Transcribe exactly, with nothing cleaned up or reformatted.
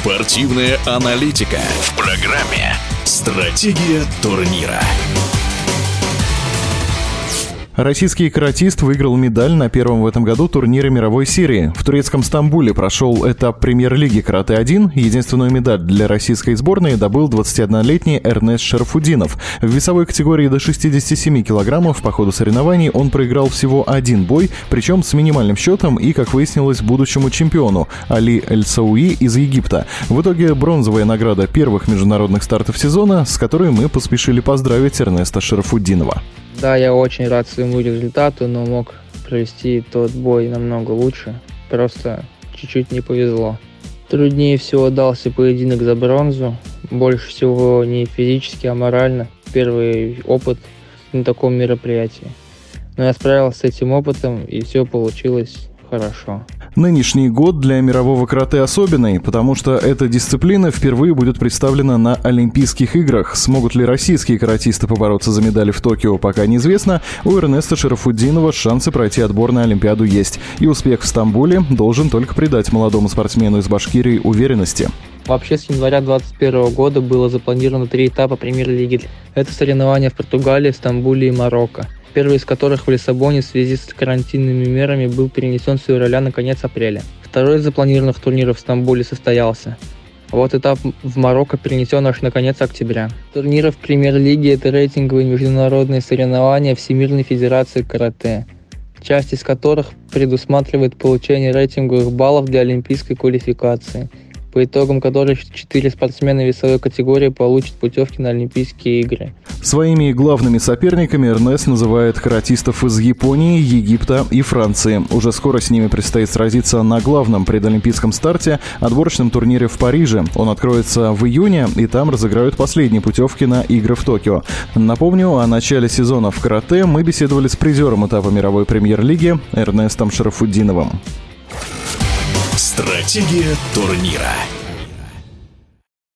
Спортивная аналитика в программе «Стратегия турнира». Российский каратист выиграл медаль на первом в этом году турнире мировой серии. В турецком Стамбуле прошел этап премьер-лиги карате один. Единственную медаль для российской сборной добыл двадцатиоднолетний Эрнест Шарафутдинов. В весовой категории до шестидесяти семи килограммов по ходу соревнований он проиграл всего один бой, причем с минимальным счетом и, как выяснилось, будущему чемпиону Али Эль-Сауи из Египта. В итоге бронзовая награда первых международных стартов сезона, с которой мы поспешили поздравить Эрнеста Шарафутдинова. Да, я очень рад своему результату, но мог провести тот бой намного лучше. Просто чуть-чуть не повезло. Труднее всего дался поединок за бронзу. Больше всего не физически, а морально. Первый опыт на таком мероприятии. Но я справился с этим опытом, и все получилось хорошо. Нынешний год для мирового карате особенный, потому что эта дисциплина впервые будет представлена на Олимпийских играх. Смогут ли российские каратисты побороться за медали в Токио, пока неизвестно. У Эрнеста Шарафутдинова шансы пройти отбор на Олимпиаду есть. И успех в Стамбуле должен только придать молодому спортсмену из Башкирии уверенности. Вообще, с января двадцать первого года было запланировано три этапа премьер-лиги. Это соревнования в Португалии, Стамбуле и Марокко. Первый из которых в Лиссабоне в связи с карантинными мерами был перенесен с февраля на конец апреля. Второй из запланированных турниров в Стамбуле состоялся. А вот этап в Марокко перенесен аж на конец октября. Турниры в премьер-лиге – это рейтинговые международные соревнования Всемирной Федерации Карате, часть из которых предусматривает получение рейтинговых баллов для олимпийской квалификации, по итогам которой четыре спортсмена весовой категории получат путевки на Олимпийские игры. Своими главными соперниками Эрнест называет каратистов из Японии, Египта и Франции. Уже скоро с ними предстоит сразиться на главном предолимпийском старте – отборочном турнире в Париже. Он откроется в июне, и там разыграют последние путевки на игры в Токио. Напомню, о начале сезона в карате мы беседовали с призером этапа мировой премьер-лиги Эрнестом Шарафутдиновым. Стратегия турнира.